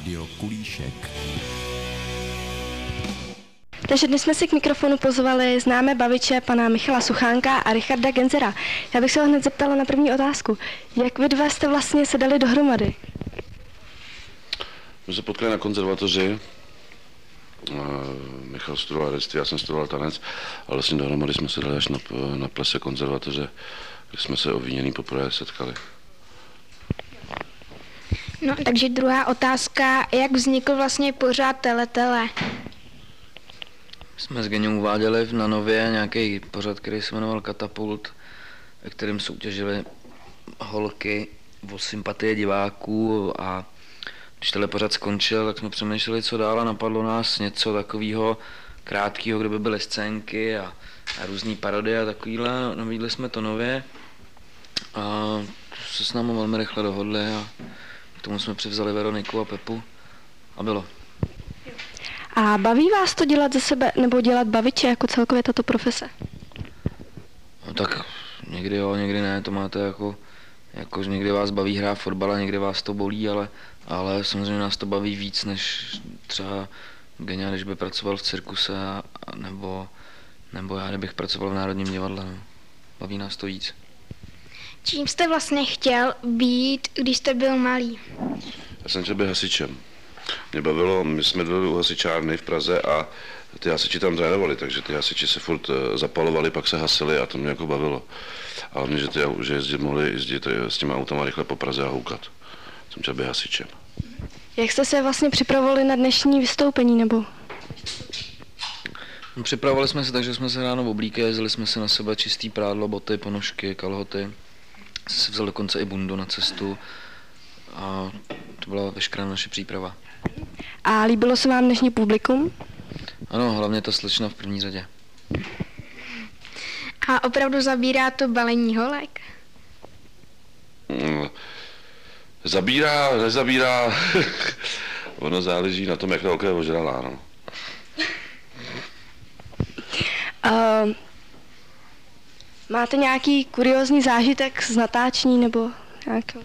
Rádio Kulíšek. Takže dnes jsme si k mikrofonu pozvali známé baviče pana Michala Suchánka a Richarda Genzera. Já bych se ho hned zeptala na první otázku. Jak vy dva jste vlastně se dali dohromady? My se potkali na konzervatoři. Michal studoval herectví, já jsem studoval tanec, ale vlastně dohromady jsme se dali až na plese konzervatoře, kde jsme se ovíněný poprvé setkali. No, takže druhá otázka, jak vznikl vlastně pořád Teletele? Jsme s Geňou uváděli na Nově nějaký pořad, který se jmenoval Katapult, ve kterém soutěžili holky o sympatie diváků, a když tenhle pořad skončil, tak jsme přemýšleli, co dál, a napadlo nás něco takového krátkého, kde by byly scénky a různý parodie a takovýhle. Nabídli jsme to Nově a se s námi velmi rychle dohodli a k tomu jsme přivzali Veroniku a Pepu a bylo. A baví vás to dělat ze sebe, nebo dělat baviče jako celkově tato profese? No tak někdy jo, někdy ne, to máte jako že někdy vás baví hrát fotbal a někdy vás to bolí, ale samozřejmě nás to baví víc, než třeba Geňa, když by pracoval v cirkuse, nebo já, kdybych pracoval v Národním divadle. No. Baví nás to víc. Čím jste vlastně chtěl být, když jste byl malý? Já jsem chtěl být hasičem. Mě bavilo, my jsme byli u hasičárny v Praze a ty hasiči tam trénovali, takže ty hasiči se furt zapalovali, pak se hasili a to mě jako bavilo. A hlavně, že mohli jezdit s těma autama rychle po Praze a houkat. Jsem chtěl být hasičem. Jak jste se vlastně připravovali na dnešní vystoupení, nebo? No, připravovali jsme se tak, že jsme se ráno oblíkli, vzali jsme si na sebe čistý prádlo, boty, ponožky, kalhoty. Jsme si vzali dokonce i bundu na cestu a to byla veškerá naše příprava. A líbilo se vám dnešní publikum? Ano, hlavně ta slečna v první řadě. A opravdu zabírá to balení holek? Zabírá, nezabírá, ono záleží na tom, jak ta holka je ožralá, no. Máte nějaký kuriózní zážitek z natáčení nebo nějaký?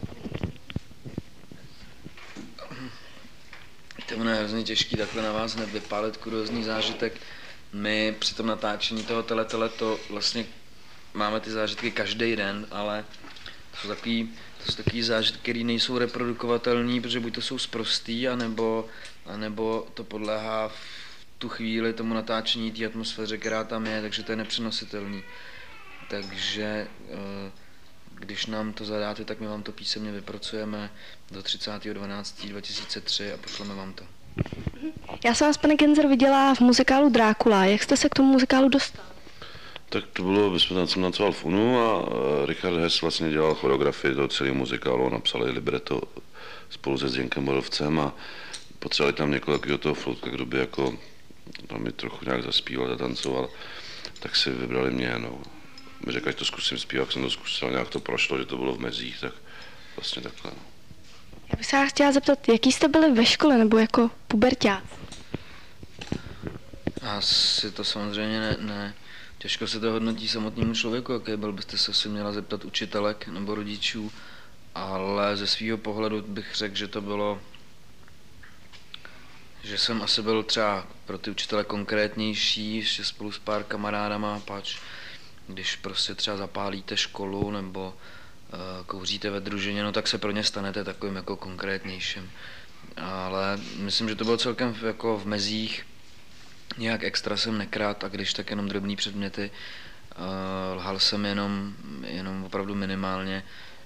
To je hrozně těžký takhle na vás hned vypálit kuriózní zážitek. My při tom natáčení toho Teletele to vlastně máme ty zážitky každý den, ale to jsou takový zážitky, které nejsou reprodukovatelné, protože buď to jsou sprostý, anebo to podléhá v tu chvíli tomu natáčení, té atmosféře, která tam je, takže to je nepřenositelný. Takže když nám to zadáte, tak my vám to písemně vypracujeme do 30.12.2003 a pošleme vám to. Já jsem vás, pane Genzer, viděla v muzikálu Drákula. Jak jste se k tomu muzikálu dostal? Tak to bylo, jsem tancoval v UNU a Richard Hess vlastně dělal choreografii do celého muzikálu, napsali libreto spolu se Zdenkem Borovcem a potřebovali tam někoho takového toho floutka, kdo by jako tam mi trochu nějak zaspíval a tancoval, tak si vybrali mě, no. Mi řekli, ať to zkusím zpívat, jsem to zkusil, nějak to prošlo, že to bylo v mezích, tak vlastně takhle, no. Já bych se vás chtěla zeptat, jaký jste byli ve škole nebo jako puberťák? Asi to samozřejmě ne. Těžko se to hodnotí samotnému člověku, jaký byl, byste se asi měla zeptat učitelek nebo rodičů, ale ze svého pohledu bych řekl, že to bylo, že jsem asi byl třeba pro ty učitele konkrétnější, ještě spolu s pár kamarádama, pač když prostě třeba zapálíte školu nebo kouříte ve družině, no tak se pro ně stanete takovým jako konkrétnějším. Ale myslím, že to bylo celkem jako v mezích, nějak extra jsem nekrát a když tak jenom drobný předměty, lhal jsem jenom opravdu minimálně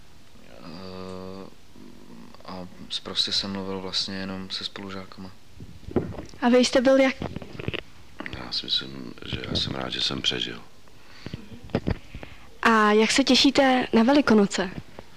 a prostě jsem mluvil vlastně jenom se spolužákama. A vy jste byl jak? Já si myslím, že já jsem rád, že jsem přežil. A jak se těšíte na Velikonoce?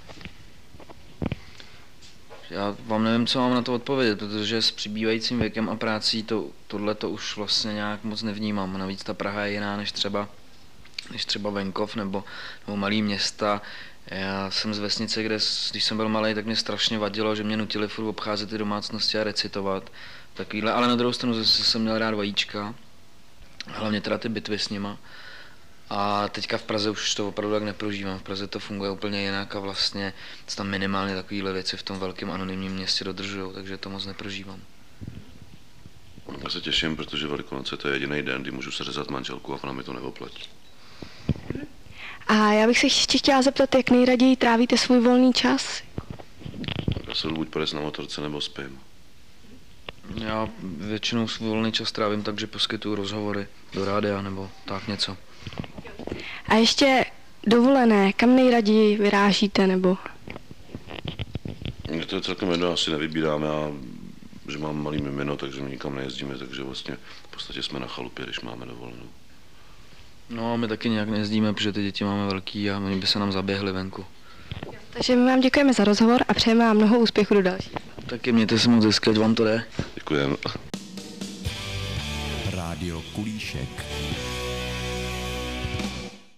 Já vám nevím, co mám na to odpovědět, protože s přibývajícím věkem a prací tohle to už vlastně nějak moc nevnímám. Navíc ta Praha je jiná než třeba venkov nebo malý města. Já jsem z vesnice, kde když jsem byl malý, tak mě strašně vadilo, že mě nutili furt obcházet ty domácnosti a recitovat. Takovýhle, ale na druhou stranu zase jsem měl rád vajíčka, hlavně teda ty bitvy s nima. A teďka v Praze už to opravdu tak neprožívám. V Praze to funguje úplně jinak a vlastně se tam minimálně takovéhle věci v tom velkém anonymním městě dodržují, takže to moc neprožívám. Já se těším, protože Velikonoce to je jediný den, kdy můžu seřezat manželku a ona mi to neoplatí. A já bych se ještě chtěla zeptat, jak nejraději trávíte svůj volný čas? Já se buď pojet na motorce nebo spím. Já většinou svůj volný čas trávím tak, že poskytuju rozhovory do rádia nebo tak něco. A ještě dovolené, kam nejraději vyrážíte, nebo? Mě to je celkem jedno, asi nevybírám, já, že mám malý mimino, takže my nikam nejezdíme, takže vlastně v podstatě jsme na chalupě, když máme dovolenou. No a my taky nějak nejezdíme, protože ty děti máme velký a oni by se nám zaběhli venku. Takže my vám děkujeme za rozhovor a přejeme vám mnoho úspěchu do dalších. Taky mějte se moc hezky, ať vám to jde. Děkujeme. Rádio Kulíšek.